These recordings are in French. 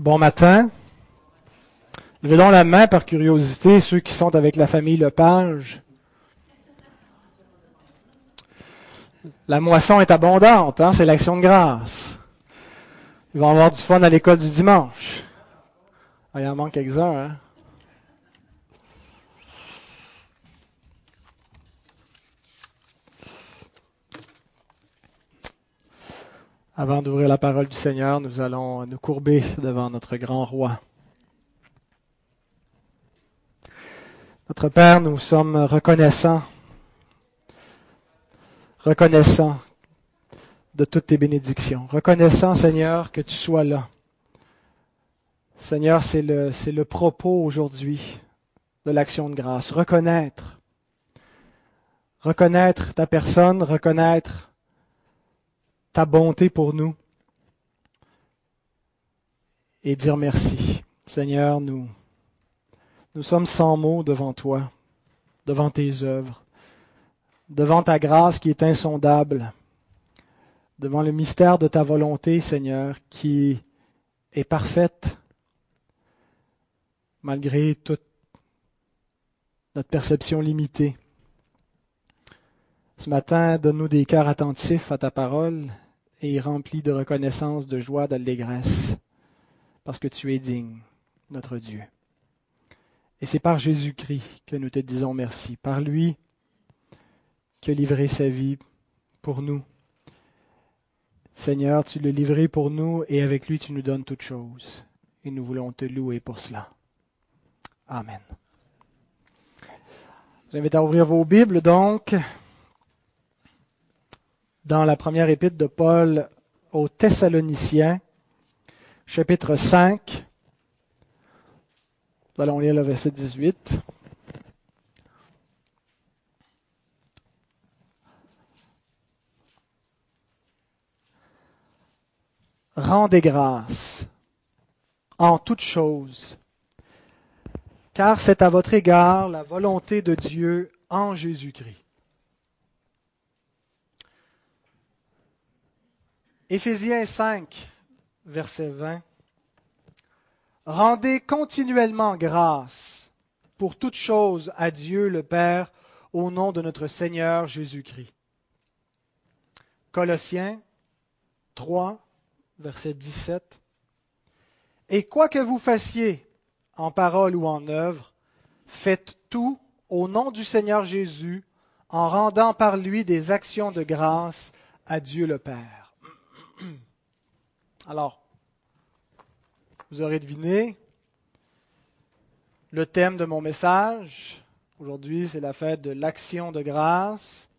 Bon matin. Levez donc la main par curiosité, ceux qui sont avec la famille Lepage. La moisson est abondante, c'est l'Action de grâce. Ils vont avoir du fun à l'école du dimanche. Il en manque quelques-uns, Avant d'ouvrir la parole du Seigneur, nous allons nous courber devant notre grand roi. Notre Père, nous sommes reconnaissants de toutes tes bénédictions. Reconnaissants, Seigneur, que tu sois là. Seigneur, c'est le propos aujourd'hui de l'Action de grâce. Reconnaître ta personne, reconnaître ta bonté pour nous et dire merci. Seigneur, nous sommes sans mots devant toi, devant tes œuvres, devant ta grâce qui est insondable, devant le mystère de ta volonté, Seigneur, qui est parfaite malgré toute notre perception limitée. Ce matin, donne-nous des cœurs attentifs à ta parole et remplis de reconnaissance, de joie, d'allégresse, parce que tu es digne, notre Dieu. Et c'est par Jésus-Christ que nous te disons merci, par lui qui a livré sa vie pour nous. Seigneur, tu l'as livré pour nous et avec lui tu nous donnes toutes choses. Et nous voulons te louer pour cela. Amen. Je vous invite à ouvrir vos Bibles donc dans la première épître de Paul aux Thessaloniciens, chapitre 5. Nous allons lire le verset 18. Rendez grâce en toutes choses, car c'est à votre égard la volonté de Dieu en Jésus-Christ. Éphésiens 5, verset 20. Rendez continuellement grâce pour toutes choses à Dieu le Père au nom de notre Seigneur Jésus-Christ. Colossiens 3, verset 17. Et quoi que vous fassiez, en parole ou en œuvre, faites tout au nom du Seigneur Jésus, en rendant par lui des actions de grâce à Dieu le Père. Alors, vous aurez deviné le thème de mon message. Aujourd'hui, c'est la fête de l'Action de grâce.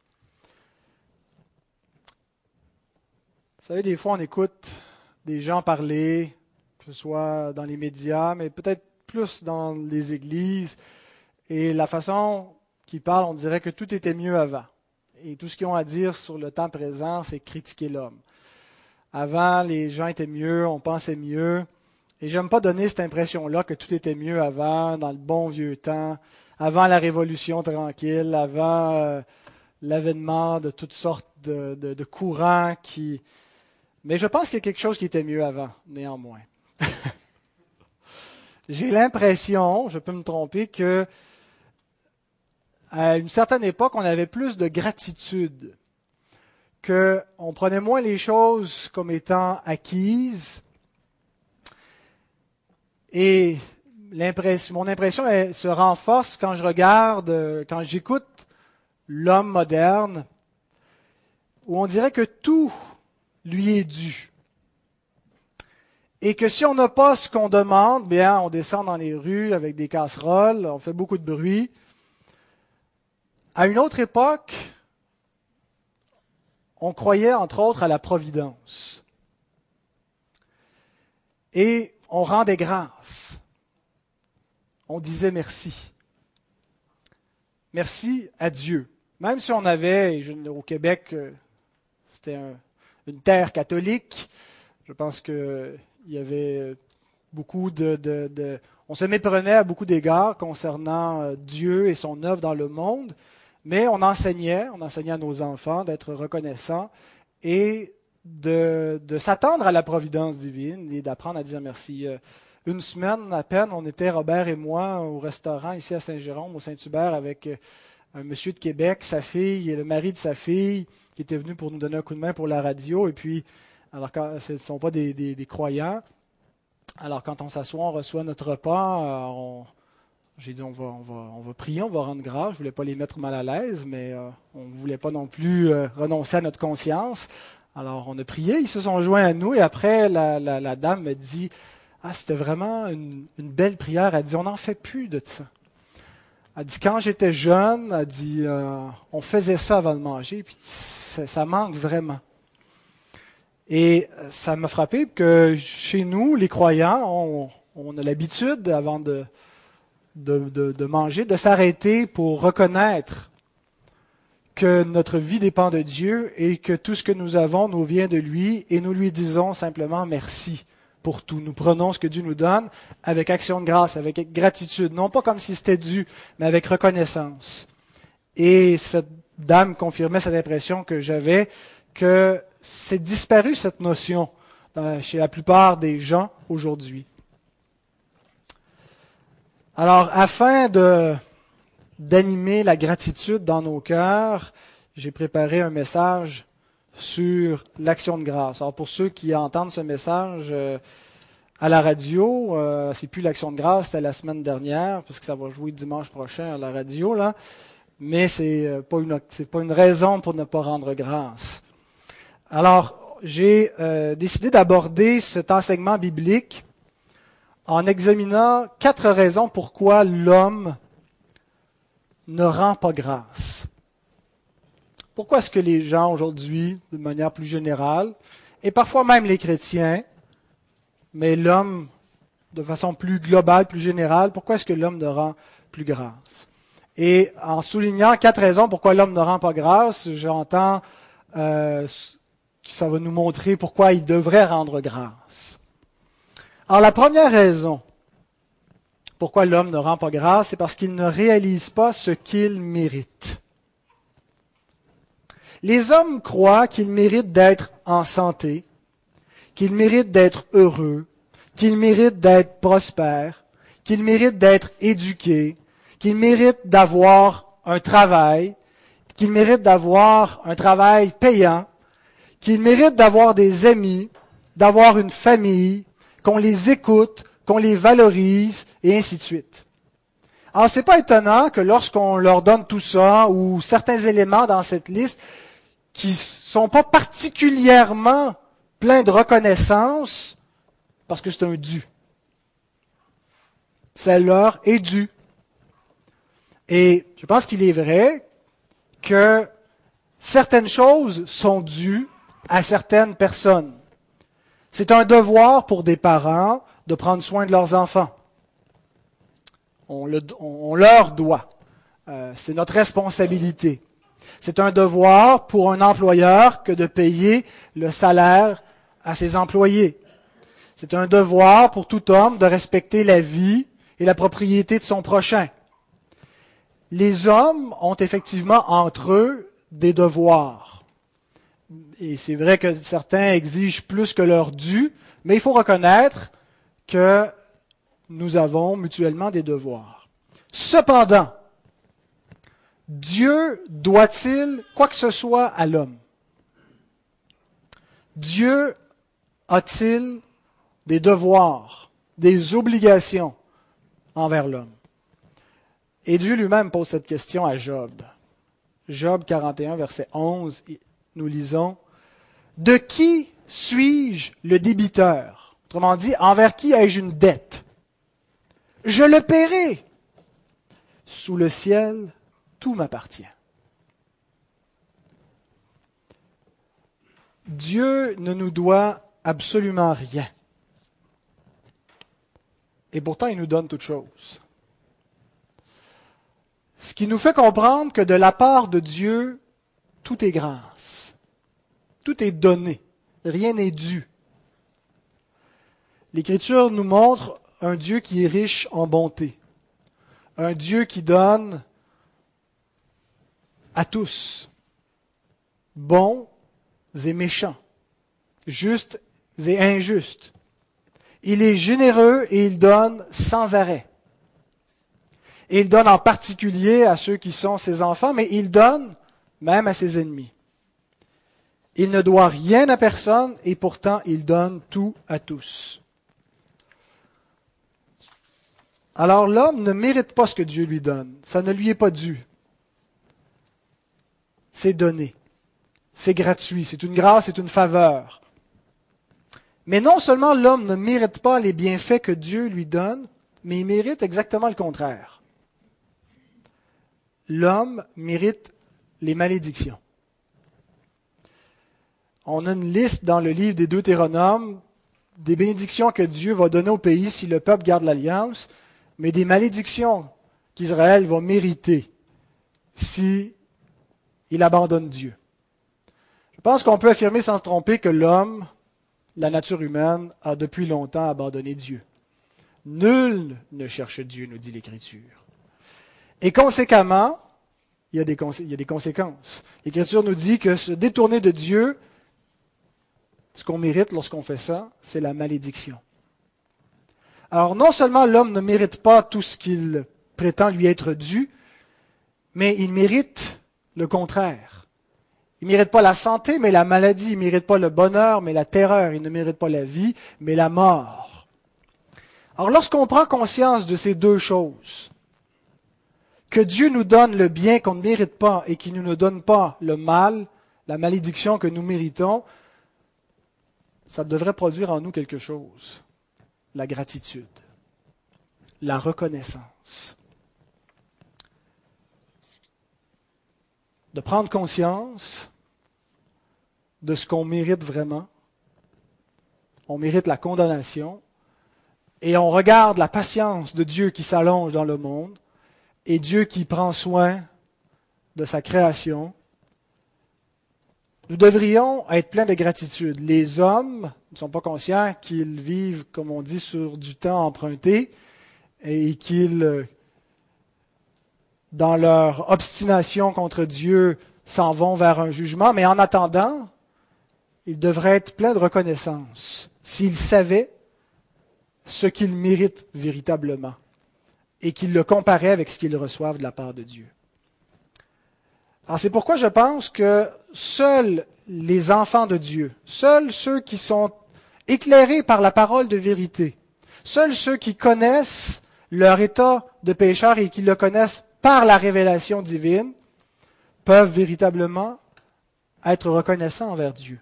Vous savez, des fois, on écoute des gens parler, que ce soit dans les médias, mais peut-être plus dans les églises. Et la façon qu'ils parlent, on dirait que tout était mieux avant. Et tout ce qu'ils ont à dire sur le temps présent, c'est critiquer l'homme. Avant, les gens étaient mieux, on pensait mieux. Et j'aime pas donner cette impression-là que tout était mieux avant, dans le bon vieux temps, avant la Révolution tranquille, avant l'avènement de toutes sortes de courants qui... Mais je pense qu'il y a quelque chose qui était mieux avant, néanmoins. J'ai l'impression, je peux me tromper, que à une certaine époque, on avait plus de gratitude, qu'on prenait moins les choses comme étant acquises. Et mon impression se renforce quand je regarde, quand j'écoute l'homme moderne, où on dirait que tout lui est dû. Et que si on n'a pas ce qu'on demande, bien, on descend dans les rues avec des casseroles, on fait beaucoup de bruit. À une autre époque, on croyait entre autres à la providence. Et on rendait grâce. On disait merci. Merci à Dieu. Même si on avait, au Québec, c'était une terre catholique, je pense qu'il y avait beaucoup on se méprenait à beaucoup d'égards concernant Dieu et son œuvre dans le monde, mais on enseignait à nos enfants d'être reconnaissants et de s'attendre à la providence divine et d'apprendre à dire merci. Une semaine à peine, on était, Robert et moi, au restaurant ici à Saint-Jérôme, au Saint-Hubert, avec un monsieur de Québec, sa fille et le mari de sa fille, qui était venu pour nous donner un coup de main pour la radio. Et puis, alors ce ne sont pas des croyants, alors quand on s'assoit, on reçoit notre repas, j'ai dit on va prier, on va rendre grâce. Je ne voulais pas les mettre mal à l'aise, mais on ne voulait pas non plus renoncer à notre conscience. Alors on a prié, ils se sont joints à nous et après la dame me dit c'était vraiment une belle prière. Elle dit on n'en fait plus de ça. Elle dit quand j'étais jeune, elle dit on faisait ça avant de manger, puis ça manque vraiment. Et ça m'a frappé que chez nous, les croyants, on a l'habitude avant de manger, de s'arrêter pour reconnaître que notre vie dépend de Dieu et que tout ce que nous avons nous vient de lui et nous lui disons simplement merci pour tout. Nous prenons ce que Dieu nous donne avec action de grâce, avec gratitude, non pas comme si c'était dû, mais avec reconnaissance. Et cette dame confirmait cette impression que j'avais que c'est disparu cette notion chez la plupart des gens aujourd'hui. Alors, afin d'animer la gratitude dans nos cœurs, j'ai préparé un message sur l'action de grâce. Alors, pour ceux qui entendent ce message à la radio, c'est plus l'action de grâce, c'était la semaine dernière, parce que ça va jouer dimanche prochain à la radio, là. Mais c'est pas une raison pour ne pas rendre grâce. Alors, j'ai décidé d'aborder cet enseignement biblique en examinant 4 raisons pourquoi l'homme ne rend pas grâce. Pourquoi est-ce que les gens aujourd'hui, de manière plus générale, et parfois même les chrétiens, mais l'homme de façon plus globale, plus générale, pourquoi est-ce que l'homme ne rend plus grâce? Et en soulignant 4 raisons pourquoi l'homme ne rend pas grâce, j'entends que ça va nous montrer pourquoi il devrait rendre grâce. Alors la première raison pourquoi l'homme ne rend pas grâce, c'est parce qu'il ne réalise pas ce qu'il mérite. Les hommes croient qu'ils méritent d'être en santé, qu'ils méritent d'être heureux, qu'ils méritent d'être prospères, qu'ils méritent d'être éduqués, qu'ils méritent d'avoir un travail, qu'ils méritent d'avoir un travail payant, qu'ils méritent d'avoir des amis, d'avoir une famille, qu'on les écoute, qu'on les valorise, et ainsi de suite. Alors, c'est pas étonnant que lorsqu'on leur donne tout ça, ou certains éléments dans cette liste, qui sont pas particulièrement pleins de reconnaissance, parce que c'est un dû. Ça leur est dû. Et je pense qu'il est vrai que certaines choses sont dues à certaines personnes. C'est un devoir pour des parents de prendre soin de leurs enfants. On leur doit. C'est notre responsabilité. C'est un devoir pour un employeur que de payer le salaire à ses employés. C'est un devoir pour tout homme de respecter la vie et la propriété de son prochain. Les hommes ont effectivement entre eux des devoirs. Et c'est vrai que certains exigent plus que leur dû, mais il faut reconnaître que nous avons mutuellement des devoirs. Cependant, Dieu doit-il quoi que ce soit à l'homme? Dieu a-t-il des devoirs, des obligations envers l'homme? Et Dieu lui-même pose cette question à Job. Job 41, verset 11, nous lisons « De qui suis-je le débiteur? » Autrement dit, envers qui ai-je une dette? Je le paierai. Sous le ciel, tout m'appartient. Dieu ne nous doit absolument rien. Et pourtant, il nous donne toutes choses. Ce qui nous fait comprendre que de la part de Dieu, tout est grâce. Tout est donné. Rien n'est dû. L'Écriture nous montre un Dieu qui est riche en bonté. Un Dieu qui donne à tous, bons et méchants. justes et injustes. Il est généreux et il donne sans arrêt. Et il donne en particulier à ceux qui sont ses enfants, mais il donne même à ses ennemis. Il ne doit rien à personne et pourtant il donne tout à tous. Alors l'homme ne mérite pas ce que Dieu lui donne. Ça ne lui est pas dû. C'est donné. C'est gratuit. C'est une grâce, c'est une faveur. Mais non seulement l'homme ne mérite pas les bienfaits que Dieu lui donne, mais il mérite exactement le contraire. L'homme mérite les malédictions. On a une liste dans le livre des Deutéronomes des bénédictions que Dieu va donner au pays si le peuple garde l'alliance, mais des malédictions qu'Israël va mériter si il abandonne Dieu. Je pense qu'on peut affirmer sans se tromper que l'homme, la nature humaine, a depuis longtemps abandonné Dieu. Nul ne cherche Dieu, nous dit l'Écriture. Et conséquemment, il y a des conséquences. L'Écriture nous dit que se détourner de Dieu, ce qu'on mérite lorsqu'on fait ça, c'est la malédiction. Alors non seulement l'homme ne mérite pas tout ce qu'il prétend lui être dû, mais il mérite le contraire. Il ne mérite pas la santé, mais la maladie. Il ne mérite pas le bonheur, mais la terreur. Il ne mérite pas la vie, mais la mort. Alors lorsqu'on prend conscience de ces deux choses, que Dieu nous donne le bien qu'on ne mérite pas et qu'il ne nous donne pas le mal, la malédiction que nous méritons, ça devrait produire en nous quelque chose. La gratitude, la reconnaissance. De prendre conscience de ce qu'on mérite vraiment. On mérite la condamnation. Et on regarde la patience de Dieu qui s'allonge dans le monde et Dieu qui prend soin de sa création. Nous devrions être pleins de gratitude. Les hommes ne sont pas conscients qu'ils vivent, comme on dit, sur du temps emprunté et qu'ils, dans leur obstination contre Dieu, s'en vont vers un jugement. Mais en attendant, ils devraient être pleins de reconnaissance s'ils savaient ce qu'ils méritent véritablement et qu'ils le comparaient avec ce qu'ils reçoivent de la part de Dieu. Alors c'est pourquoi je pense que seuls les enfants de Dieu, seuls ceux qui sont éclairés par la parole de vérité, seuls ceux qui connaissent leur état de pécheur et qui le connaissent par la révélation divine, peuvent véritablement être reconnaissants envers Dieu.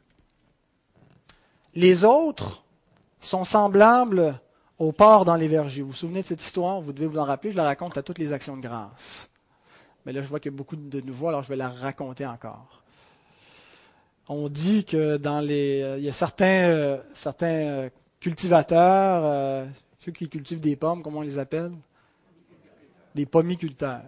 Les autres sont semblables au porc dans les vergers. Vous vous souvenez de cette histoire? Vous devez vous en rappeler, je la raconte à toutes les actions de grâce. Mais là, je vois qu'il y a beaucoup de nouveaux, alors je vais la raconter encore. On dit que il y a certains cultivateurs, ceux qui cultivent des pommes, comment on les appelle? Des pommiculteurs.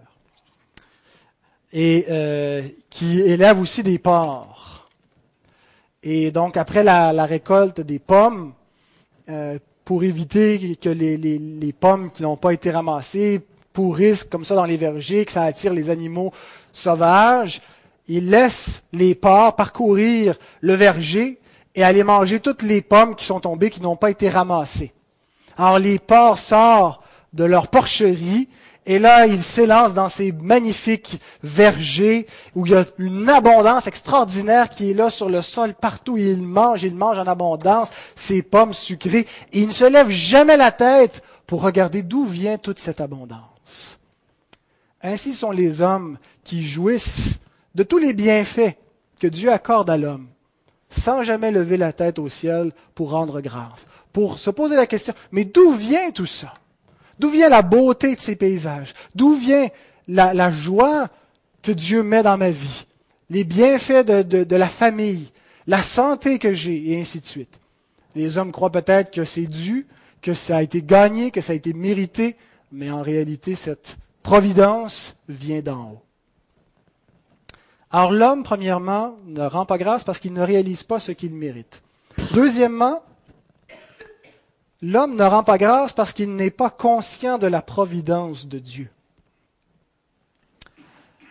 Et qui élèvent aussi des porcs. Et donc, après la récolte des pommes, pour éviter que les pommes qui n'ont pas été ramassées pourrissent comme ça dans les vergers, que ça attire les animaux sauvages, ils laissent les porcs parcourir le verger et aller manger toutes les pommes qui sont tombées, qui n'ont pas été ramassées. Alors les porcs sortent de leur porcherie et là ils s'élancent dans ces magnifiques vergers où il y a une abondance extraordinaire qui est là sur le sol partout. Ils mangent en abondance ces pommes sucrées et ils ne se lèvent jamais la tête pour regarder d'où vient toute cette abondance. Ainsi sont les hommes qui jouissent de tous les bienfaits que Dieu accorde à l'homme, sans jamais lever la tête au ciel pour rendre grâce, pour se poser la question, mais d'où vient tout ça? D'où vient la beauté de ces paysages? D'où vient la joie que Dieu met dans ma vie? Les bienfaits de la famille, la santé que j'ai, et ainsi de suite. Les hommes croient peut-être que c'est dû, que ça a été gagné, que ça a été mérité, mais en réalité, cette providence vient d'en haut. Alors l'homme, premièrement, ne rend pas grâce parce qu'il ne réalise pas ce qu'il mérite. Deuxièmement, l'homme ne rend pas grâce parce qu'il n'est pas conscient de la providence de Dieu.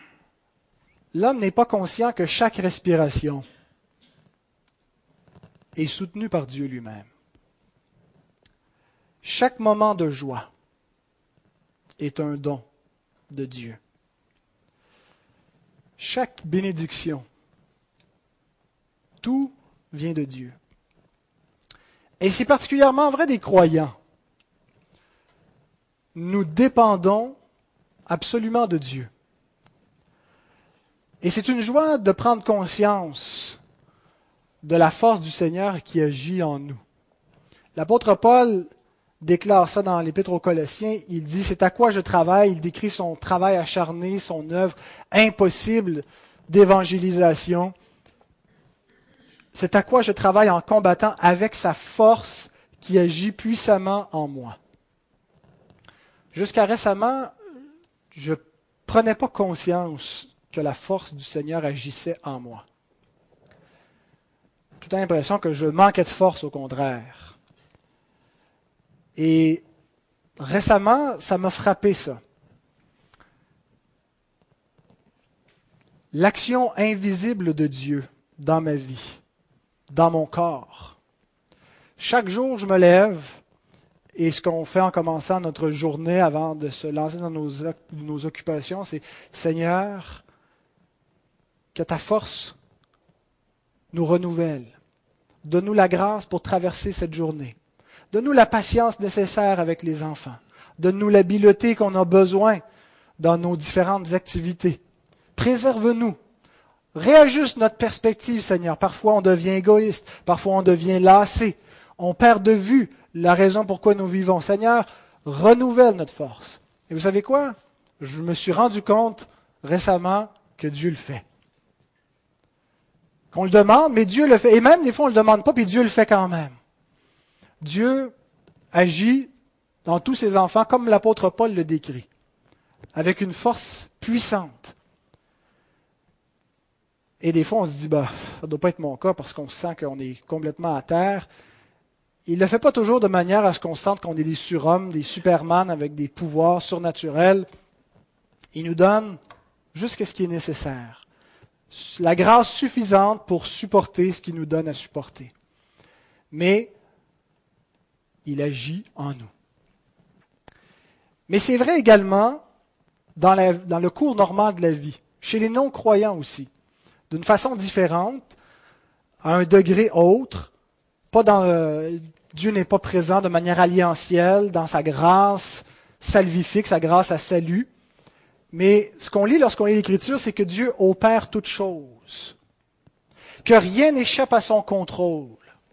L'homme n'est pas conscient que chaque respiration est soutenu par Dieu lui-même. Chaque moment de joie est un don de Dieu. Chaque bénédiction, tout vient de Dieu. Et c'est particulièrement vrai des croyants. Nous dépendons absolument de Dieu. Et c'est une joie de prendre conscience de la force du Seigneur qui agit en nous. L'apôtre Paul déclare ça dans l'Épître aux Colossiens. Il dit, c'est à quoi je travaille. Il décrit son travail acharné, son œuvre impossible d'évangélisation. C'est à quoi je travaille en combattant avec sa force qui agit puissamment en moi. Jusqu'à récemment, je ne prenais pas conscience que la force du Seigneur agissait en moi. Toute l'impression que je manquais de force, au contraire. Et récemment, ça m'a frappé, ça. L'action invisible de Dieu dans ma vie, dans mon corps. Chaque jour, je me lève, et ce qu'on fait en commençant notre journée avant de se lancer dans nos occupations, c'est « Seigneur, que ta force nous renouvelle. Donne-nous la grâce pour traverser cette journée. Donne-nous la patience nécessaire avec les enfants. Donne-nous l'habileté qu'on a besoin dans nos différentes activités. Préserve-nous. Réajuste notre perspective, Seigneur. Parfois, on devient égoïste. Parfois, on devient lassé. On perd de vue la raison pourquoi nous vivons. Seigneur, renouvelle notre force. Et vous savez quoi? Je me suis rendu compte récemment que Dieu le fait. Qu'on le demande, mais Dieu le fait. Et même des fois, on ne le demande pas, puis Dieu le fait quand même. Dieu agit dans tous ses enfants, comme l'apôtre Paul le décrit, avec une force puissante. Et des fois, on se dit, ça ne doit pas être mon cas, parce qu'on sent qu'on est complètement à terre. Il ne le fait pas toujours de manière à ce qu'on sente qu'on est des surhommes, des superman avec des pouvoirs surnaturels. Il nous donne juste ce qui est nécessaire. La grâce suffisante pour supporter ce qu'il nous donne à supporter. Mais il agit en nous. Mais c'est vrai également dans le cours normal de la vie, chez les non-croyants aussi, d'une façon différente, à un degré autre. Dieu n'est pas présent de manière alliantielle dans sa grâce salvifique, sa grâce à salut. Mais ce qu'on lit lorsqu'on lit l'Écriture, c'est que Dieu opère toutes choses, que rien n'échappe à son contrôle.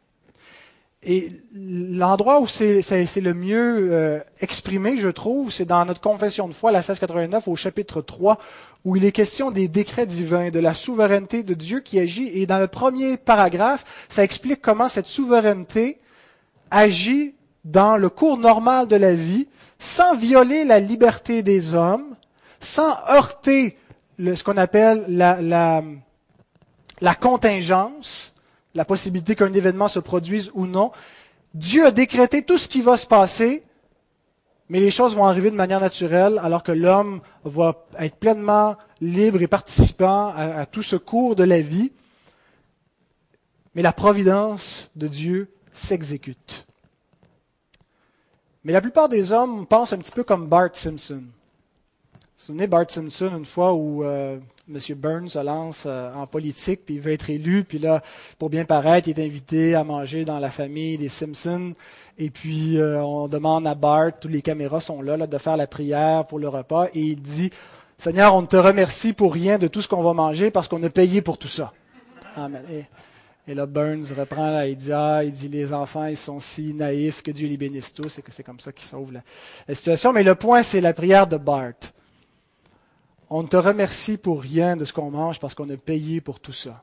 Et l'endroit où c'est le mieux exprimé, je trouve, c'est dans notre confession de foi, la 1689, au chapitre 3, où il est question des décrets divins, de la souveraineté de Dieu qui agit. Et dans le premier paragraphe, ça explique comment cette souveraineté agit dans le cours normal de la vie, sans violer la liberté des hommes, sans heurter ce qu'on appelle la contingence, la possibilité qu'un événement se produise ou non. Dieu a décrété tout ce qui va se passer, mais les choses vont arriver de manière naturelle, alors que l'homme va être pleinement libre et participant à tout ce cours de la vie. Mais la providence de Dieu s'exécute. Mais la plupart des hommes pensent un petit peu comme Bart Simpson. Vous vous souvenez Bart Simpson, une fois où M. Burns se lance en politique, puis il veut être élu, puis là, pour bien paraître, il est invité à manger dans la famille des Simpsons, et puis on demande à Bart, toutes les caméras sont là, de faire la prière pour le repas, et il dit, « Seigneur, on ne te remercie pour rien de tout ce qu'on va manger, parce qu'on a payé pour tout ça. » Amen. Et là, Burns reprend là, il dit, les enfants, ils sont si naïfs, que Dieu les bénisse tous, et que c'est comme ça qu'ils sauvent la situation. Mais le point, c'est la prière de Bart. On ne te remercie pour rien de ce qu'on mange parce qu'on a payé pour tout ça.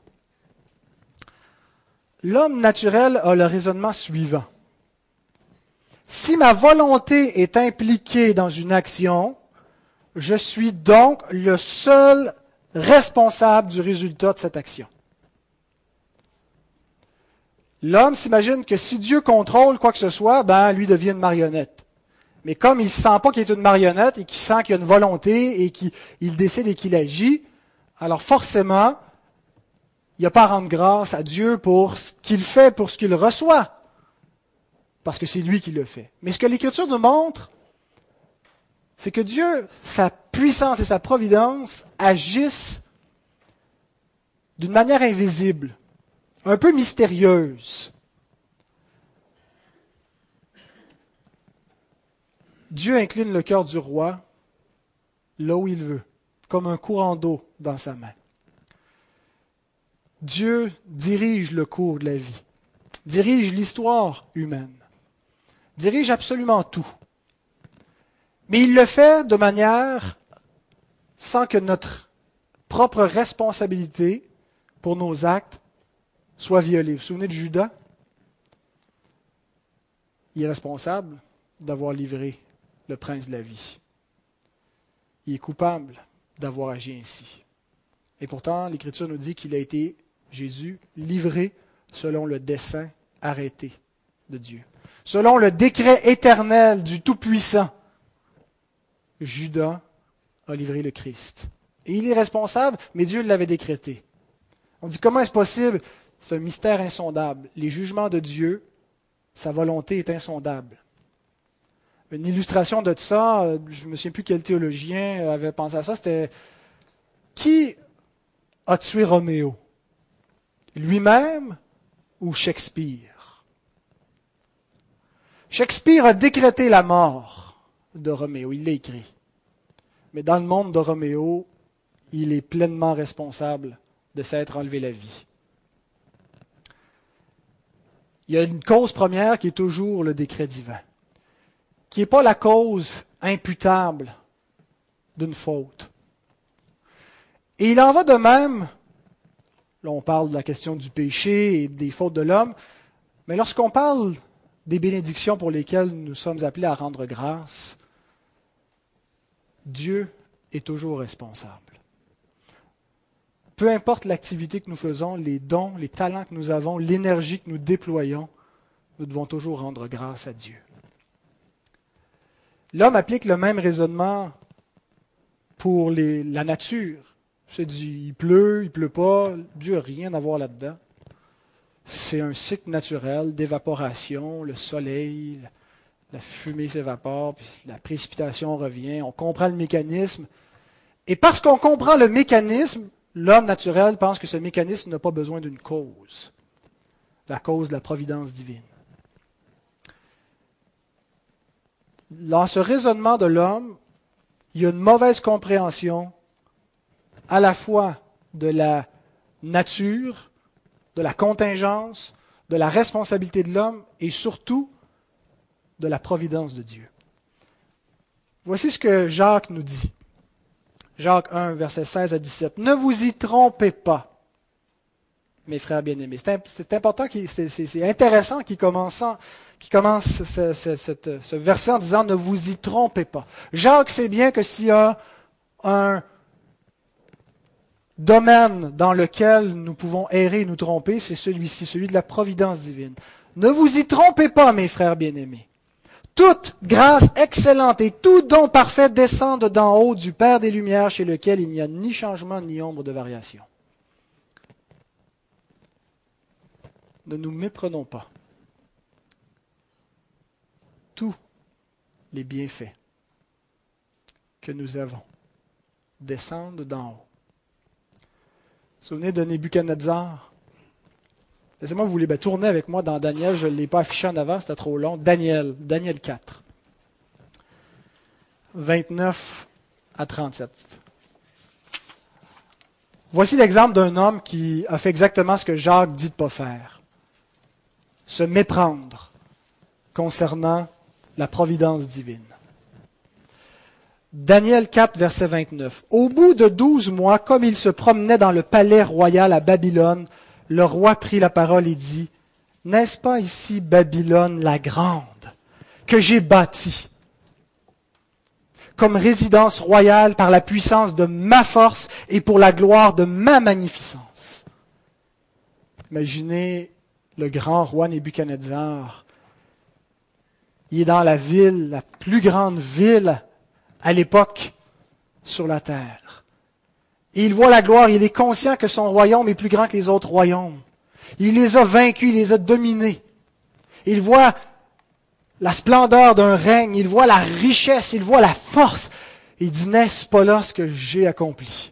L'homme naturel a le raisonnement suivant. Si ma volonté est impliquée dans une action, je suis donc le seul responsable du résultat de cette action. L'homme s'imagine que si Dieu contrôle quoi que ce soit, lui devient une marionnette. Mais comme il ne sent pas qu'il est une marionnette et qu'il sent qu'il y a une volonté et qu'il décide et qu'il agit, alors forcément, il n'y a pas à rendre grâce à Dieu pour ce qu'il fait, pour ce qu'il reçoit, parce que c'est lui qui le fait. Mais ce que l'Écriture nous montre, c'est que Dieu, sa puissance et sa providence agissent d'une manière invisible, un peu mystérieuse. Dieu incline le cœur du roi là où il veut, comme un courant d'eau dans sa main. Dieu dirige le cours de la vie, dirige l'histoire humaine, dirige absolument tout. Mais il le fait de manière sans que notre propre responsabilité pour nos actes soit violée. Vous vous souvenez de Judas? Il est responsable d'avoir livré le prince de la vie. Il est coupable d'avoir agi ainsi. Et pourtant, l'Écriture nous dit qu'il a été, Jésus, livré selon le dessein arrêté de Dieu. Selon le décret éternel du Tout-Puissant, Judas a livré le Christ. Et il est responsable, mais Dieu l'avait décrété. On dit, comment est-ce possible? C'est un mystère insondable. Les jugements de Dieu, sa volonté est insondable. Une illustration de ça, je ne me souviens plus quel théologien avait pensé à ça, c'était qui a tué Roméo? Lui-même ou Shakespeare? Shakespeare a décrété la mort de Roméo, il l'a écrit. Mais dans le monde de Roméo, il est pleinement responsable de s'être enlevé la vie. Il y a une cause première qui est toujours le décret divin, qui n'est pas la cause imputable d'une faute. Et il en va de même, là on parle de la question du péché et des fautes de l'homme, mais lorsqu'on parle des bénédictions pour lesquelles nous sommes appelés à rendre grâce, Dieu est toujours responsable. Peu importe l'activité que nous faisons, les dons, les talents que nous avons, l'énergie que nous déployons, nous devons toujours rendre grâce à Dieu. L'homme applique le même raisonnement pour la nature. C'est dit, il pleut pas, Dieu n'a rien à voir là-dedans. C'est un cycle naturel d'évaporation, le soleil, la fumée s'évapore, puis la précipitation revient, on comprend le mécanisme. Et parce qu'on comprend le mécanisme, l'homme naturel pense que ce mécanisme n'a pas besoin d'une cause, la cause de la providence divine. Dans ce raisonnement de l'homme, il y a une mauvaise compréhension à la fois de la nature, de la contingence, de la responsabilité de l'homme et surtout de la providence de Dieu. Voici ce que Jacques nous dit. Jacques 1, versets 16 à 17. Ne vous y trompez pas, mes frères bien-aimés. C'est important, c'est intéressant qu'il commence ce verset en disant ne vous y trompez pas. Jacques sait bien que s'il y a un domaine dans lequel nous pouvons errer et nous tromper, c'est celui-ci, celui de la providence divine. Ne vous y trompez pas, mes frères bien-aimés. Toute grâce excellente et tout don parfait descendent d'en haut du Père des Lumières, chez lequel il n'y a ni changement ni ombre de variation. Ne nous méprenons pas. Tous les bienfaits que nous avons descendent d'en haut. Vous vous souvenez de Nebuchadnezzar? Laissez-moi vous voulez tourner avec moi dans Daniel, je ne l'ai pas affiché en avant, c'était trop long. Daniel 4, 29 à 37. Voici l'exemple d'un homme qui a fait exactement ce que Jacques dit de ne pas faire. Se méprendre concernant la providence divine. Daniel 4, verset 29. Au bout de 12 mois, comme il se promenait dans le palais royal à Babylone, le roi prit la parole et dit, « N'est-ce pas ici Babylone la grande, que j'ai bâtie, comme résidence royale par la puissance de ma force et pour la gloire de ma magnificence? » Imaginez le grand roi Nebuchadnezzar. Il est dans la ville, la plus grande ville à l'époque sur la terre. Et il voit la gloire, il est conscient que son royaume est plus grand que les autres royaumes. Il les a vaincus, il les a dominés. Il voit la splendeur d'un règne, il voit la richesse, il voit la force. Il dit, n'est-ce pas là ce que j'ai accompli?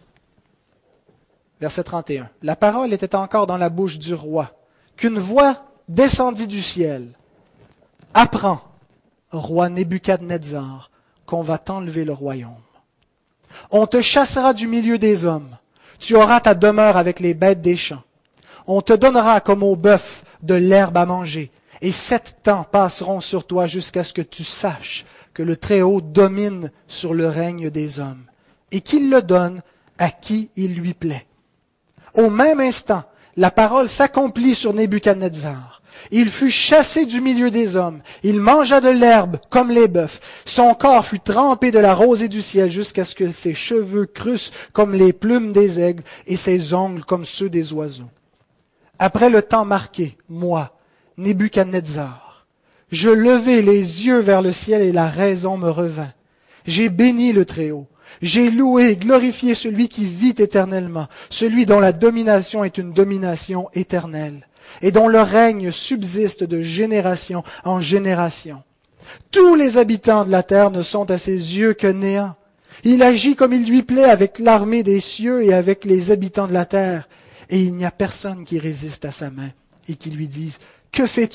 Verset 31. La parole était encore dans la bouche du roi, qu'une voix descendit du ciel. Apprends, roi Nebuchadnezzar, qu'on va t'enlever le royaume. On te chassera du milieu des hommes. Tu auras ta demeure avec les bêtes des champs. On te donnera comme au bœuf de l'herbe à manger. Et 7 temps passeront sur toi jusqu'à ce que tu saches que le Très-Haut domine sur le règne des hommes et qu'il le donne à qui il lui plaît. Au même instant, la parole s'accomplit sur Nebuchadnezzar. Il fut chassé du milieu des hommes. Il mangea de l'herbe comme les bœufs. Son corps fut trempé de la rosée du ciel jusqu'à ce que ses cheveux crussent comme les plumes des aigles et ses ongles comme ceux des oiseaux. Après le temps marqué, moi, Nebuchadnezzar, je levai les yeux vers le ciel et la raison me revint. J'ai béni le Très-Haut. J'ai loué et glorifié celui qui vit éternellement, celui dont la domination est une domination éternelle, et dont le règne subsiste de génération en génération. Tous les habitants de la terre ne sont à ses yeux que néant. Il agit comme il lui plaît avec l'armée des cieux et avec les habitants de la terre, et il n'y a personne qui résiste à sa main et qui lui dise « Que fais-tu »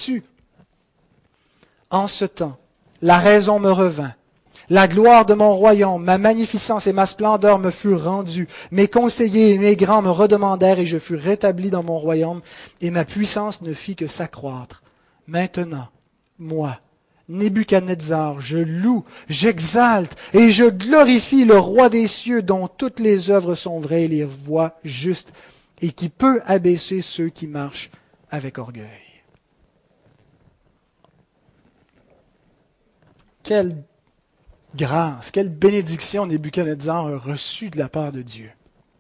En ce temps, la raison me revint. La gloire de mon royaume, ma magnificence et ma splendeur me furent rendues. Mes conseillers et mes grands me redemandèrent et je fus rétabli dans mon royaume et ma puissance ne fit que s'accroître. Maintenant, moi, Nebuchadnezzar, je loue, j'exalte et je glorifie le roi des cieux dont toutes les œuvres sont vraies et les voies justes et qui peut abaisser ceux qui marchent avec orgueil. Quelle grâce, quelle bénédiction Nebuchadnezzar a reçue de la part de Dieu.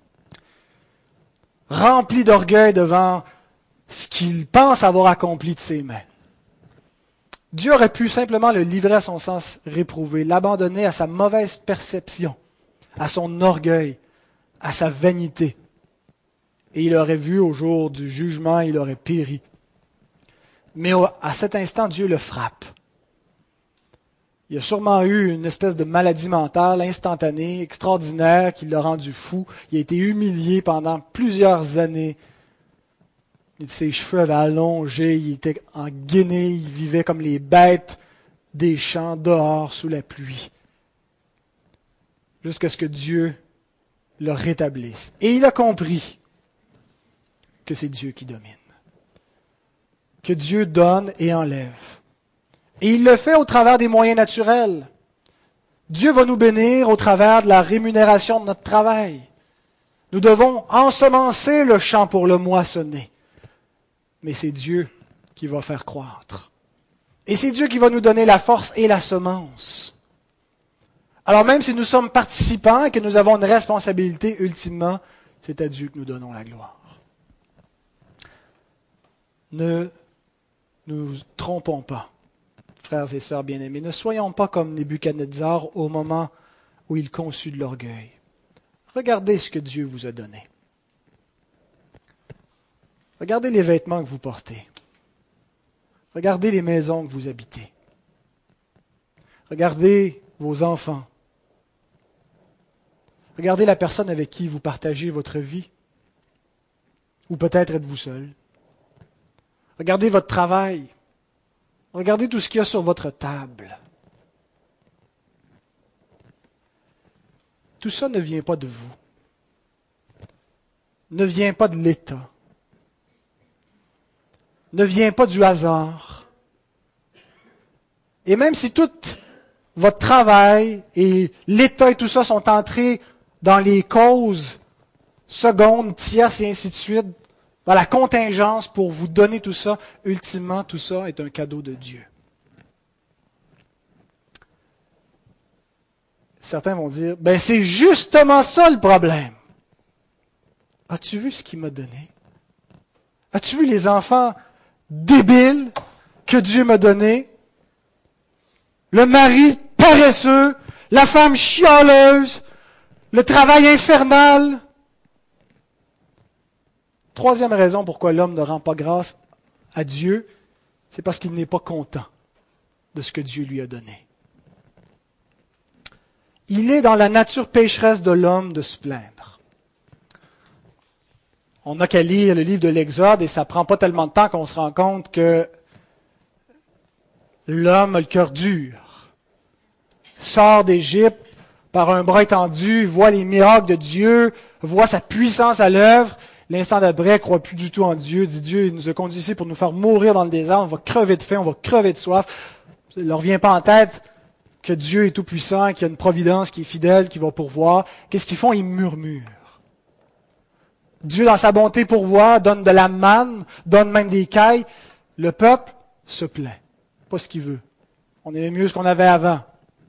Rempli d'orgueil devant ce qu'il pense avoir accompli de ses mains. Dieu aurait pu simplement le livrer à son sens réprouvé, l'abandonner à sa mauvaise perception, à son orgueil, à sa vanité. Et il aurait vu au jour du jugement, il aurait péri. Mais à cet instant, Dieu le frappe. Il a sûrement eu une espèce de maladie mentale instantanée, extraordinaire, qui l'a rendu fou. Il a été humilié pendant plusieurs années. Ses cheveux avaient allongé, il était en guenille, il vivait comme les bêtes des champs dehors sous la pluie. Jusqu'à ce que Dieu le rétablisse. Et il a compris que c'est Dieu qui domine. Que Dieu donne et enlève. Et il le fait au travers des moyens naturels. Dieu va nous bénir au travers de la rémunération de notre travail. Nous devons ensemencer le champ pour le moissonner. Mais c'est Dieu qui va faire croître. Et c'est Dieu qui va nous donner la force et la semence. Alors même si nous sommes participants et que nous avons une responsabilité, ultimement, c'est à Dieu que nous donnons la gloire. Ne nous trompons pas. Frères et sœurs bien-aimés, ne soyons pas comme Nebuchadnezzar au moment où il conçut de l'orgueil. Regardez ce que Dieu vous a donné. Regardez les vêtements que vous portez. Regardez les maisons que vous habitez. Regardez vos enfants. Regardez la personne avec qui vous partagez votre vie. Ou peut-être êtes-vous seul. Regardez votre travail. Regardez tout ce qu'il y a sur votre table. Tout ça ne vient pas de vous. Ne vient pas de l'État. Ne vient pas du hasard. Et même si tout votre travail et l'État et tout ça sont entrés dans les causes secondes, tierces et ainsi de suite, dans la contingence pour vous donner tout ça, ultimement, tout ça est un cadeau de Dieu. Certains vont dire, ben c'est justement ça le problème. As-tu vu ce qu'il m'a donné? As-tu vu les enfants débiles que Dieu m'a donnés? Le mari paresseux, la femme chialeuse, le travail infernal. troisième raison pourquoi l'homme ne rend pas grâce à Dieu, c'est parce qu'il n'est pas content de ce que Dieu lui a donné. Il est dans la nature pécheresse de l'homme de se plaindre. On n'a qu'à lire le livre de l'Exode et ça prend pas tellement de temps qu'on se rend compte que l'homme a le cœur dur, sort d'Égypte par un bras étendu, voit les miracles de Dieu, voit sa puissance à l'œuvre. L'instant d'après, ne croit plus du tout en Dieu, dit Dieu, il nous a conduits ici pour nous faire mourir dans le désert, on va crever de faim, on va crever de soif. Il ne leur vient pas en tête que Dieu est tout puissant, qu'il y a une providence qui est fidèle, qui va pourvoir. Qu'est-ce qu'ils font? Ils murmurent. Dieu, dans sa bonté, pourvoit, donne de la manne, donne même des cailles. Le peuple se plaint. Pas ce qu'il veut. On est mieux ce qu'on avait avant.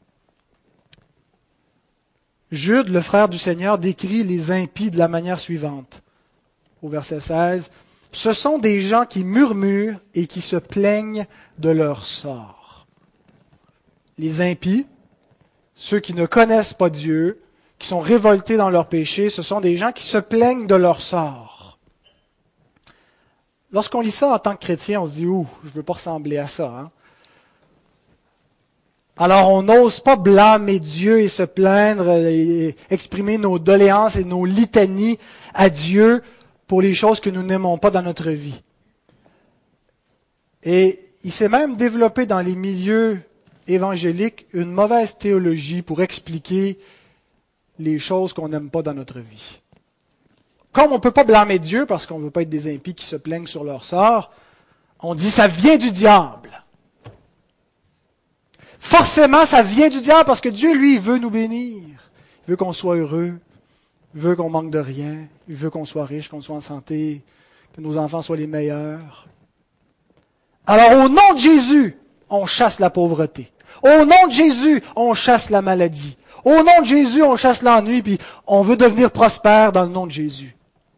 Jude, le frère du Seigneur, décrit les impies de la manière suivante. Au verset 16, « Ce sont des gens qui murmurent et qui se plaignent de leur sort. » Les impies, ceux qui ne connaissent pas Dieu, qui sont révoltés dans leur péché, ce sont des gens qui se plaignent de leur sort. Lorsqu'on lit ça en tant que chrétien, on se dit « Ouh, je ne veux pas ressembler à ça. Hein? » Alors on n'ose pas blâmer Dieu et se plaindre et exprimer nos doléances et nos litanies à Dieu pour les choses que nous n'aimons pas dans notre vie. Et il s'est même développé dans les milieux évangéliques une mauvaise théologie pour expliquer les choses qu'on n'aime pas dans notre vie. Comme on ne peut pas blâmer Dieu parce qu'on ne veut pas être des impies qui se plaignent sur leur sort, on dit ça vient du diable. Forcément, ça vient du diable parce que Dieu, lui, il veut nous bénir. Il veut qu'on soit heureux. Il veut qu'on manque de rien. Il veut qu'on soit riche, qu'on soit en santé, que nos enfants soient les meilleurs. Alors, au nom de Jésus, on chasse la pauvreté. Au nom de Jésus, on chasse la maladie. Au nom de Jésus, on chasse l'ennui, puis on veut devenir prospère dans le nom de Jésus.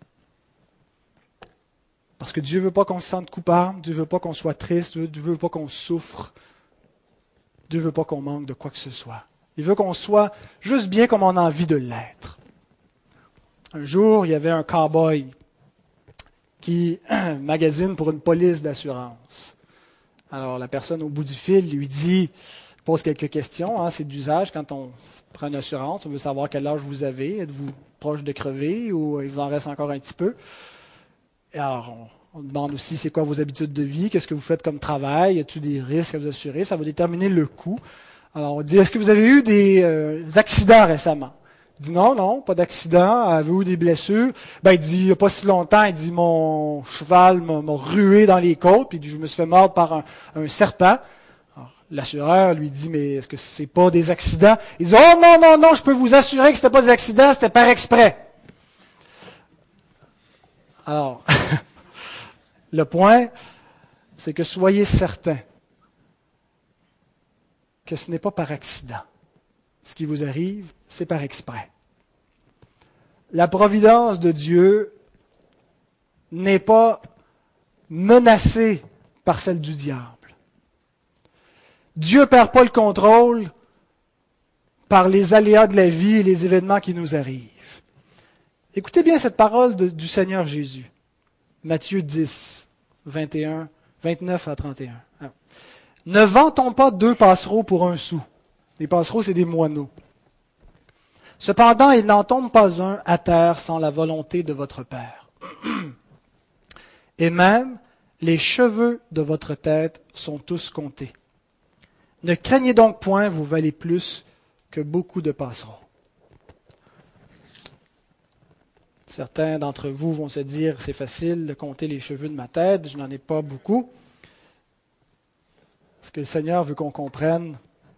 Parce que Dieu ne veut pas qu'on se sente coupable, Dieu ne veut pas qu'on soit triste, Dieu ne veut pas qu'on souffre. Dieu ne veut pas qu'on manque de quoi que ce soit. Il veut qu'on soit juste bien comme on a envie de l'être. Un jour, il y avait un cow-boy qui magasine pour une police d'assurance. Alors, la personne au bout du fil lui dit, pose quelques questions, hein, c'est d'usage quand on prend une assurance, on veut savoir quel âge vous avez, êtes-vous proche de crever ou il vous en reste encore un petit peu. Et alors, on demande aussi c'est quoi vos habitudes de vie, qu'est-ce que vous faites comme travail, y a-t-il des risques à vous assurer, ça va déterminer le coût. Alors, on dit, est-ce que vous avez eu des accidents récemment? Il dit non, pas d'accident. Avez-vous eu des blessures? Ben, il dit, il n'y a pas si longtemps, il dit, mon cheval m'a rué dans les côtes, puis il dit, je me suis fait mordre par un serpent. Alors, l'assureur lui dit, mais est-ce que c'est pas des accidents? Il dit, oh non, je peux vous assurer que c'était pas des accidents, c'était par exprès. Alors, le point, c'est que soyez certains que ce n'est pas par accident. Ce qui vous arrive, c'est par exprès. La providence de Dieu n'est pas menacée par celle du diable. Dieu ne perd pas le contrôle par les aléas de la vie et les événements qui nous arrivent. Écoutez bien cette parole du Seigneur Jésus. Matthieu 10, 29 à 31. Ne vantons pas 2 passereaux pour 1 sou. Les passereaux, c'est des moineaux. Cependant, il n'en tombe pas un à terre sans la volonté de votre Père. Et même, les cheveux de votre tête sont tous comptés. Ne craignez donc point, vous valez plus que beaucoup de passereaux. Certains d'entre vous vont se dire, c'est facile de compter les cheveux de ma tête, je n'en ai pas beaucoup. Ce que le Seigneur veut qu'on comprenne,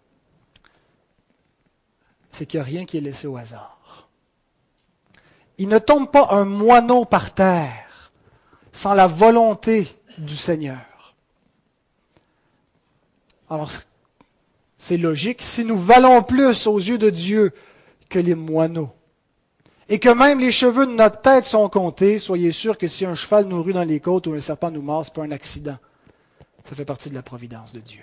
c'est qu'il n'y a rien qui est laissé au hasard. Il ne tombe pas un moineau par terre sans la volonté du Seigneur. Alors, c'est logique, si nous valons plus aux yeux de Dieu que les moineaux, et que même les cheveux de notre tête sont comptés, soyez sûrs que si un cheval nous rue dans les côtes ou un serpent nous mord, ce n'est pas un accident. Ça fait partie de la providence de Dieu.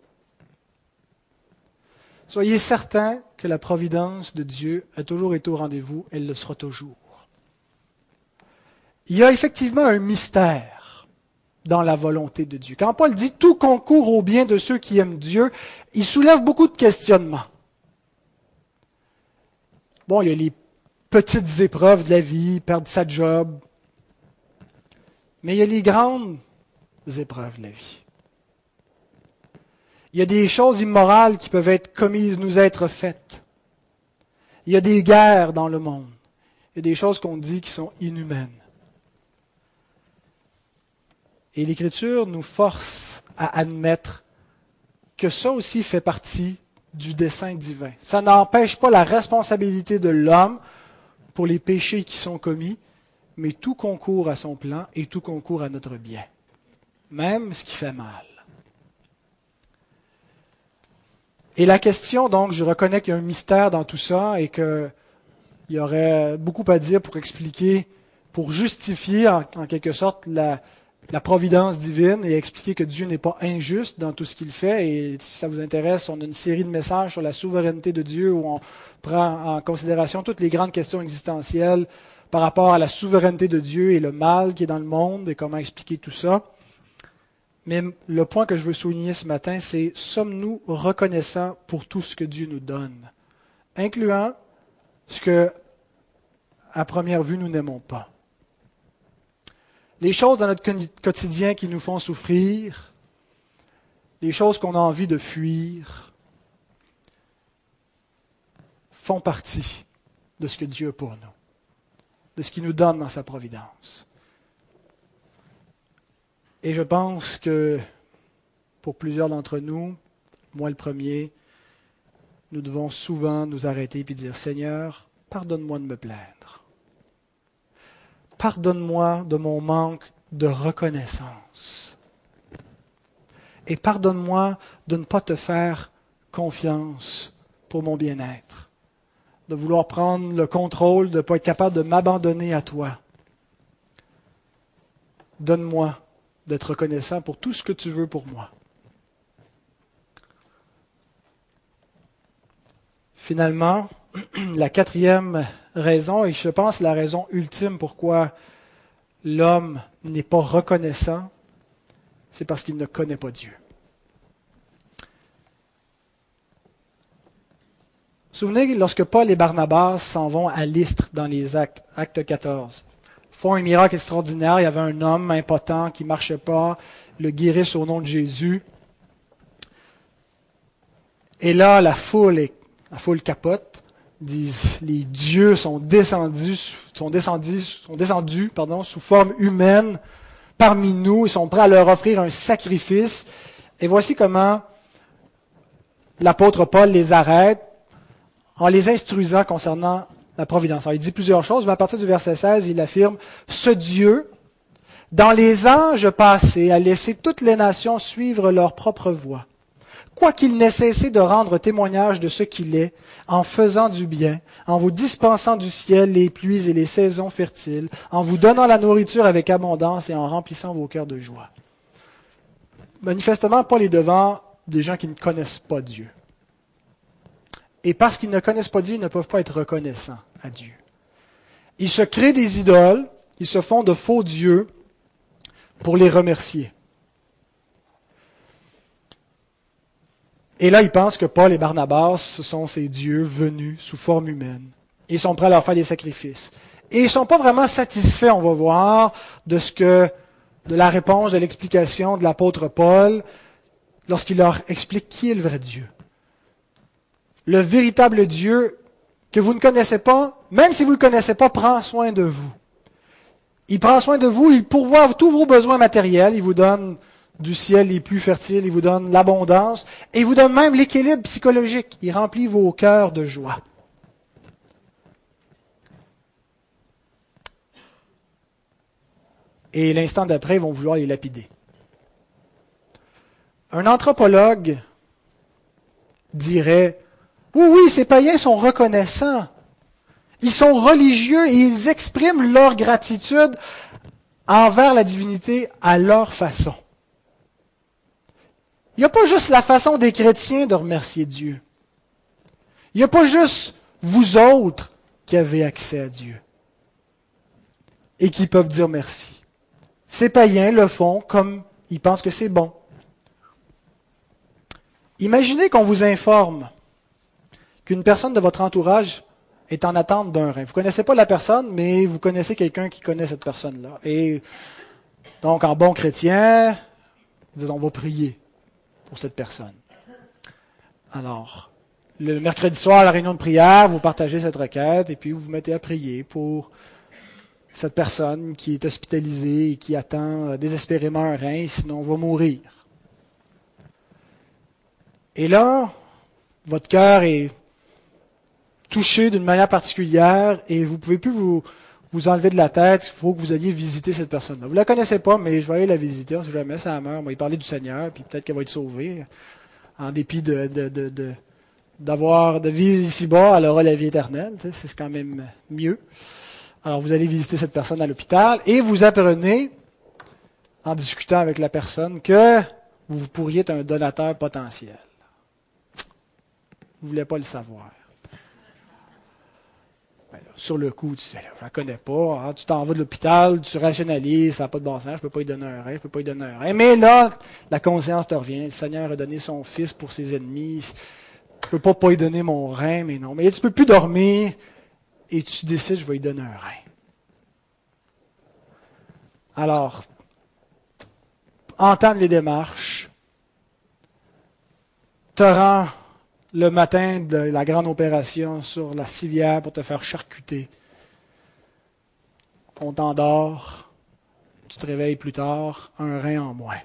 Soyez certains que la providence de Dieu a toujours été au rendez-vous, elle le sera toujours. Il y a effectivement un mystère dans la volonté de Dieu. Quand Paul dit « tout concourt au bien de ceux qui aiment Dieu », il soulève beaucoup de questionnements. Bon, il y a les petites épreuves de la vie, perdre sa job, mais il y a les grandes épreuves de la vie. Il y a des choses immorales qui peuvent être commises, nous être faites. Il y a des guerres dans le monde. Il y a des choses qu'on dit qui sont inhumaines. Et l'Écriture nous force à admettre que ça aussi fait partie du dessein divin. Ça n'empêche pas la responsabilité de l'homme pour les péchés qui sont commis, mais tout concourt à son plan et tout concourt à notre bien, même ce qui fait mal. Et la question, donc, je reconnais qu'il y a un mystère dans tout ça et qu'il y aurait beaucoup à dire pour expliquer, pour justifier en quelque sorte la providence divine et expliquer que Dieu n'est pas injuste dans tout ce qu'il fait. Et si ça vous intéresse, on a une série de messages sur la souveraineté de Dieu où on prend en considération toutes les grandes questions existentielles par rapport à la souveraineté de Dieu et le mal qui est dans le monde et comment expliquer tout ça. Mais le point que je veux souligner ce matin, c'est sommes-nous reconnaissants pour tout ce que Dieu nous donne, incluant ce que, à première vue, nous n'aimons pas. Les choses dans notre quotidien qui nous font souffrir, les choses qu'on a envie de fuir, font partie de ce que Dieu a pour nous, de ce qu'il nous donne dans sa providence. Et je pense que pour plusieurs d'entre nous, moi le premier, nous devons souvent nous arrêter et dire « Seigneur, pardonne-moi de me plaindre. Pardonne-moi de mon manque de reconnaissance. Et pardonne-moi de ne pas te faire confiance pour mon bien-être, de vouloir prendre le contrôle, de ne pas être capable de m'abandonner à toi. Donne-moi d'être reconnaissant pour tout ce que tu veux pour moi. » Finalement, la quatrième raison, et je pense la raison ultime pourquoi l'homme n'est pas reconnaissant, c'est parce qu'il ne connaît pas Dieu. Vous vous souvenez, lorsque Paul et Barnabas s'en vont à Lystre dans les Actes, Acte 14, font un miracle extraordinaire, il y avait un homme impotent qui ne marchait pas, le guérissent au nom de Jésus. Et là, la foule capote, disent les dieux sont descendus sous forme humaine parmi nous, ils sont prêts à leur offrir un sacrifice. Et voici comment l'apôtre Paul les arrête en les instruisant concernant la providence. Alors, il dit plusieurs choses, mais à partir du verset 16, il affirme « Ce Dieu, dans les âges passés, a laissé toutes les nations suivre leur propre voie. Quoiqu'il n'ait cessé de rendre témoignage de ce qu'il est, en faisant du bien, en vous dispensant du ciel les pluies et les saisons fertiles, en vous donnant la nourriture avec abondance et en remplissant vos cœurs de joie. » Manifestement, Paul est devant des gens qui ne connaissent pas Dieu. Et parce qu'ils ne connaissent pas Dieu, ils ne peuvent pas être reconnaissants à Dieu. Ils se créent des idoles, ils se font de faux dieux pour les remercier. Et là, ils pensent que Paul et Barnabas, ce sont ces dieux venus sous forme humaine. Ils sont prêts à leur faire des sacrifices. Et ils ne sont pas vraiment satisfaits, on va voir, de la réponse, de l'explication de l'apôtre Paul lorsqu'il leur explique qui est le vrai Dieu. Le véritable Dieu que vous ne connaissez pas, même si vous ne le connaissez pas, prend soin de vous. Il prend soin de vous, il pourvoit tous vos besoins matériels, il vous donne du ciel les plus fertiles, il vous donne l'abondance, et il vous donne même l'équilibre psychologique. Il remplit vos cœurs de joie. Et l'instant d'après, ils vont vouloir les lapider. Un anthropologue dirait, oui, ces païens sont reconnaissants. Ils sont religieux et ils expriment leur gratitude envers la divinité à leur façon. Il n'y a pas juste la façon des chrétiens de remercier Dieu. Il n'y a pas juste vous autres qui avez accès à Dieu. et qui peuvent dire merci. Ces païens le font comme ils pensent que c'est bon. Imaginez qu'on vous informe qu'une personne de votre entourage est en attente d'un rein. Vous ne connaissez pas la personne, mais vous connaissez quelqu'un qui connaît cette personne-là. Et donc, en bon chrétien, vous dites, on va prier pour cette personne. Alors, le mercredi soir, à la réunion de prière, vous partagez cette requête et puis vous vous mettez à prier pour cette personne qui est hospitalisée et qui attend désespérément un rein, sinon on va mourir. Et là, votre cœur est touché d'une manière particulière et vous ne pouvez plus vous enlever de la tête, il faut que vous alliez visiter cette personne-là. Vous ne la connaissez pas, mais je vais aller la visiter, on ne sait jamais, ça meurt, on va y parler du Seigneur, puis peut-être qu'elle va être sauvée. En dépit de vivre ici-bas, elle aura la vie éternelle, c'est quand même mieux. Alors vous allez visiter cette personne à l'hôpital et vous apprenez, en discutant avec la personne, que vous pourriez être un donateur potentiel. Vous ne voulez pas le savoir. Ben là, sur le coup, tu sais, je ne la connais pas. Hein, tu t'en vas de l'hôpital, tu rationalises, ça n'a pas de bon sens, je ne peux pas lui donner un rein, je ne peux pas lui donner un rein. Mais là, la conscience te revient. Le Seigneur a donné son Fils pour ses ennemis. Je ne peux pas lui donner mon rein, mais non. Mais tu ne peux plus dormir et tu décides, je vais lui donner un rein. Alors, entame les démarches, te rends le matin de la grande opération sur la civière pour te faire charcuter. On t'endort, tu te réveilles plus tard, un rein en moins.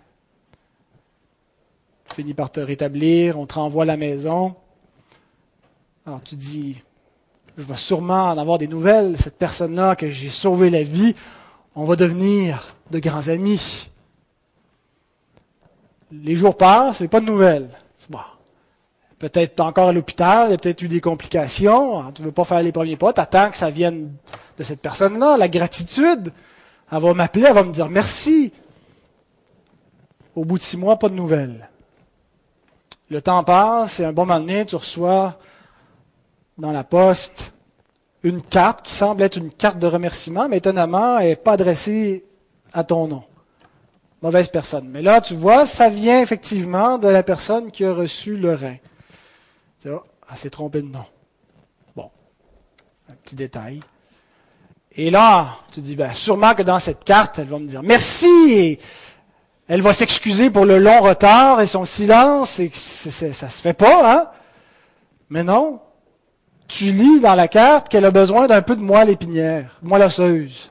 Tu finis par te rétablir, on te renvoie à la maison. Alors tu dis, je vais sûrement en avoir des nouvelles, cette personne-là que j'ai sauvé la vie, on va devenir de grands amis. Les jours passent, mais pas de nouvelles. Bon. Peut-être encore à l'hôpital, il y a peut-être eu des complications, tu ne veux pas faire les premiers pas, tu attends que ça vienne de cette personne-là, la gratitude. Elle va m'appeler, elle va me dire merci. Au bout de 6 mois, pas de nouvelles. Le temps passe et un bon moment donné, tu reçois dans la poste une carte qui semble être une carte de remerciement, mais étonnamment, elle n'est pas adressée à ton nom. Mauvaise personne. Mais là, tu vois, ça vient effectivement de la personne qui a reçu le rein. Elle s'est trompée de nom. Bon, un petit détail. Et là, tu dis, sûrement que dans cette carte, elle va me dire merci, et elle va s'excuser pour le long retard et son silence, et ça se fait pas, hein? Mais non, tu lis dans la carte qu'elle a besoin d'un peu de moelle épinière, moelle osseuse.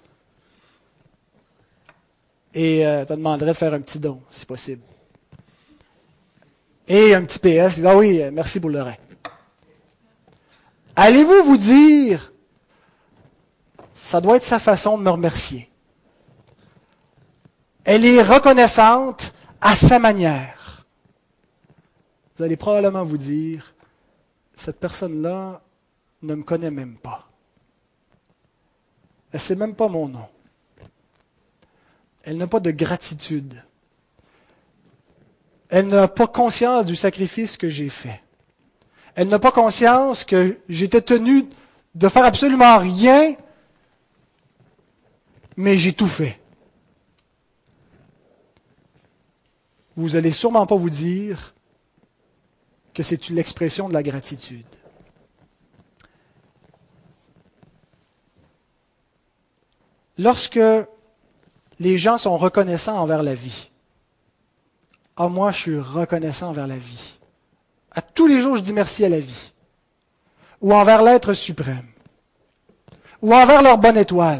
Et tu te demanderais de faire un petit don, si possible. Et un petit PS, ah oui, merci pour le rein. Allez-vous vous dire, ça doit être sa façon de me remercier. Elle est reconnaissante à sa manière. Vous allez probablement vous dire, cette personne-là ne me connaît même pas. Elle ne sait même pas mon nom. Elle n'a pas de gratitude. Elle n'a pas conscience du sacrifice que j'ai fait. Elle n'a pas conscience que j'étais tenu de faire absolument rien, mais j'ai tout fait. Vous n'allez sûrement pas vous dire que c'est l'expression de la gratitude. Lorsque les gens sont reconnaissants envers la vie, moi je suis reconnaissant envers la vie. À tous les jours, je dis merci à la vie. Ou envers l'être suprême. Ou envers leur bonne étoile.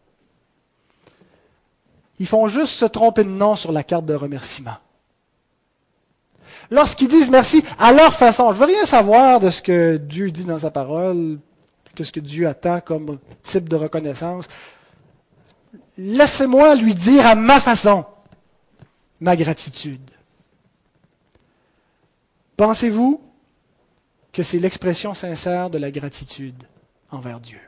Ils font juste se tromper de nom sur la carte de remerciement. Lorsqu'ils disent merci à leur façon, je ne veux rien savoir de ce que Dieu dit dans sa parole, de ce que Dieu attend comme type de reconnaissance. Laissez-moi lui dire à ma façon ma gratitude. Pensez-vous que c'est l'expression sincère de la gratitude envers Dieu?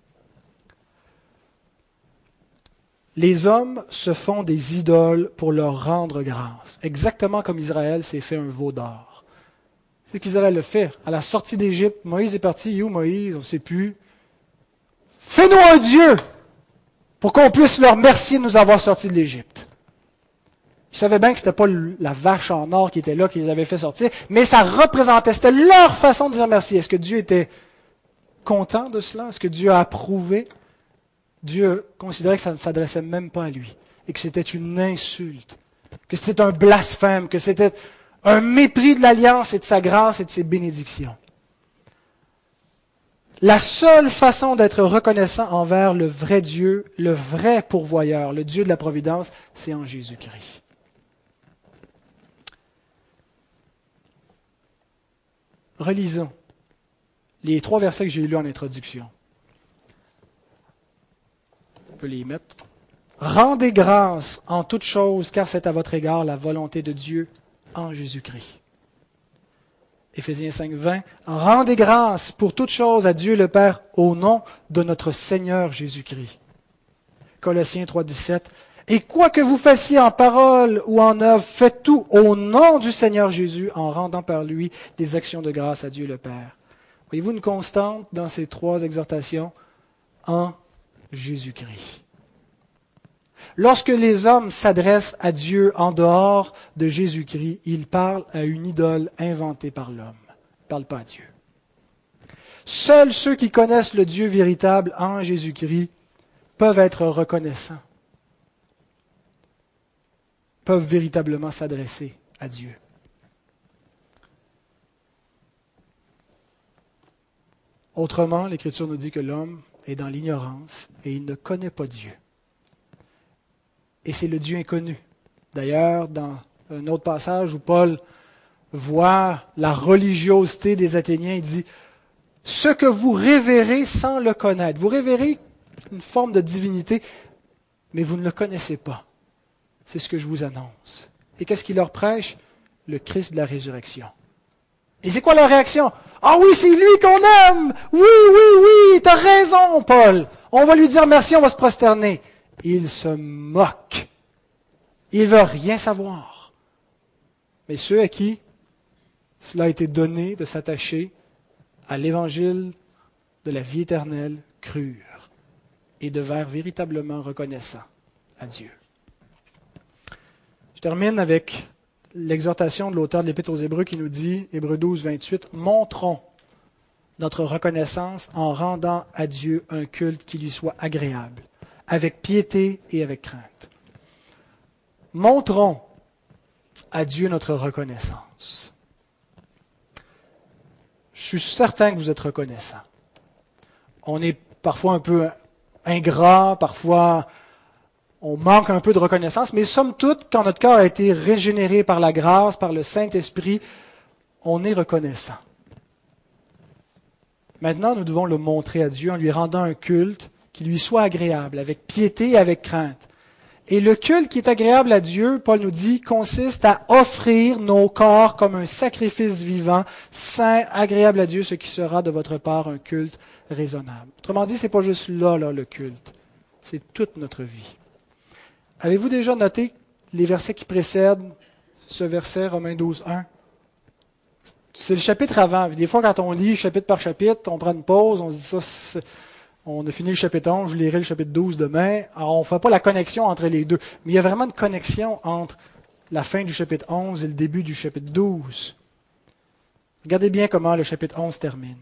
Les hommes se font des idoles pour leur rendre grâce, exactement comme Israël s'est fait un veau d'or. C'est ce qu'Israël a fait. À la sortie d'Égypte, Moïse est parti. Où Moïse? On ne sait plus. Fais-nous un Dieu pour qu'on puisse leur remercier de nous avoir sortis de l'Égypte. Ils savaient bien que ce n'était pas la vache en or qui était là, qui les avait fait sortir, mais ça représentait, c'était leur façon de dire merci. Est-ce que Dieu était content de cela? Est-ce que Dieu a approuvé? Dieu considérait que ça ne s'adressait même pas à lui, et que c'était une insulte, que c'était un blasphème, que c'était un mépris de l'alliance et de sa grâce et de ses bénédictions. La seule façon d'être reconnaissant envers le vrai Dieu, le vrai pourvoyeur, le Dieu de la providence, c'est en Jésus-Christ. Relisons les 3 versets que j'ai lus en introduction. On peut les mettre. Rendez grâce en toutes choses, car c'est à votre égard la volonté de Dieu en Jésus-Christ. Éphésiens 5, 20. Rendez grâce pour toutes choses à Dieu le Père au nom de notre Seigneur Jésus-Christ. Colossiens 3, 17. Et quoi que vous fassiez en parole ou en œuvre, faites tout au nom du Seigneur Jésus en rendant par lui des actions de grâce à Dieu le Père. Voyez-vous une constante dans ces 3 exhortations? En Jésus-Christ. Lorsque les hommes s'adressent à Dieu en dehors de Jésus-Christ, ils parlent à une idole inventée par l'homme. Ils ne parlent pas à Dieu. Seuls ceux qui connaissent le Dieu véritable en Jésus-Christ peuvent être reconnaissants, peuvent véritablement s'adresser à Dieu. Autrement, l'Écriture nous dit que l'homme est dans l'ignorance et il ne connaît pas Dieu. Et c'est le Dieu inconnu. D'ailleurs, dans un autre passage où Paul voit la religiosité des Athéniens, il dit « Ce que vous révérez sans le connaître. » Vous révérez une forme de divinité, mais vous ne le connaissez pas. C'est ce que je vous annonce. Et qu'est-ce qu'il leur prêche? Le Christ de la résurrection. Et c'est quoi leur réaction? « Ah oui, c'est lui qu'on aime! Oui, oui, oui, t'as raison, Paul! On va lui dire merci, on va se prosterner. » Il se moque. Il ne veut rien savoir. Mais ceux à qui cela a été donné de s'attacher à l'évangile de la vie éternelle crurent et devinrent véritablement reconnaissants à Dieu. Je termine avec l'exhortation de l'auteur de l'Épître aux Hébreux qui nous dit, Hébreux 12, 28, « Montrons notre reconnaissance en rendant à Dieu un culte qui lui soit agréable, avec piété et avec crainte. » Montrons à Dieu notre reconnaissance. Je suis certain que vous êtes reconnaissants. On est parfois un peu ingrat, parfois on manque un peu de reconnaissance, mais somme toute, quand notre cœur a été régénéré par la grâce, par le Saint-Esprit, on est reconnaissant. Maintenant, nous devons le montrer à Dieu en lui rendant un culte qui lui soit agréable, avec piété et avec crainte. Et le culte qui est agréable à Dieu, Paul nous dit, consiste à offrir nos corps comme un sacrifice vivant, saint, agréable à Dieu, ce qui sera de votre part un culte raisonnable. Autrement dit, ce n'est pas juste là, le culte. C'est toute notre vie. Avez-vous déjà noté les versets qui précèdent ce verset, Romains 12, 1? C'est le chapitre avant. Des fois, quand on lit chapitre par chapitre, on prend une pause, on se dit ça, on a fini le chapitre 11, je lirai le chapitre 12 demain. Alors, on ne fait pas la connexion entre les deux. Mais il y a vraiment une connexion entre la fin du chapitre 11 et le début du chapitre 12. Regardez bien comment le chapitre 11 termine.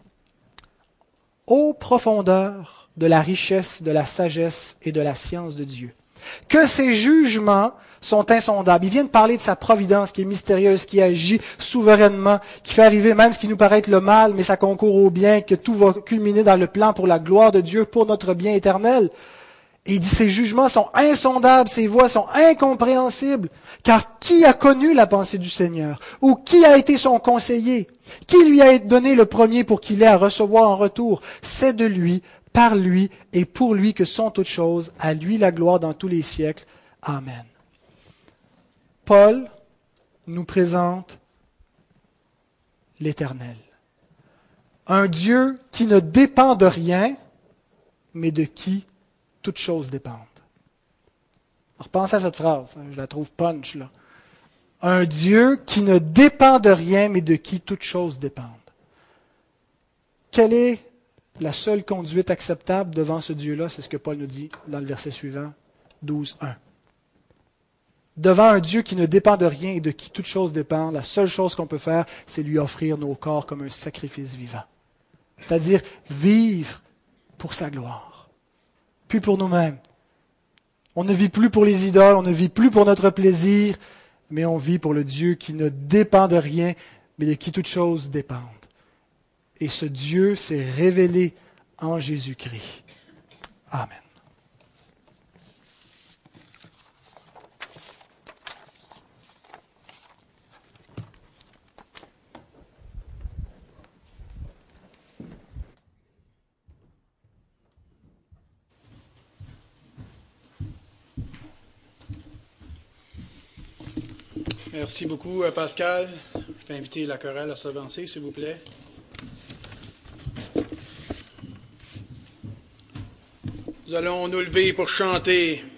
Ô profondeur de la richesse, de la sagesse et de la science de Dieu, que ses jugements sont insondables. Il vient de parler de sa providence qui est mystérieuse, qui agit souverainement, qui fait arriver même ce qui nous paraît être le mal, mais ça concourt au bien, que tout va culminer dans le plan pour la gloire de Dieu, pour notre bien éternel. Et il dit, ses jugements sont insondables, ses voies sont incompréhensibles. Car qui a connu la pensée du Seigneur? Ou qui a été son conseiller? Qui lui a donné le premier pour qu'il ait à recevoir en retour? C'est de lui, par lui et pour lui que sont toutes choses. À lui la gloire dans tous les siècles. Amen. Paul nous présente l'Éternel. Un Dieu qui ne dépend de rien, mais de qui toutes choses dépendent. Alors, pensez à cette phrase, je la trouve punch là. Un Dieu qui ne dépend de rien, mais de qui toutes choses dépendent. Quelle est la seule conduite acceptable devant ce Dieu-là, c'est ce que Paul nous dit dans le verset suivant, 12:1. Devant un Dieu qui ne dépend de rien et de qui toute chose dépend, la seule chose qu'on peut faire, c'est lui offrir nos corps comme un sacrifice vivant. C'est-à-dire vivre pour sa gloire, puis pour nous-mêmes. On ne vit plus pour les idoles, on ne vit plus pour notre plaisir, mais on vit pour le Dieu qui ne dépend de rien, mais de qui toutes choses dépendent. Et ce Dieu s'est révélé en Jésus-Christ. Amen. Merci beaucoup, Pascal. Je vais inviter la chorale à s'avancer, s'il vous plaît. Nous allons nous lever pour chanter.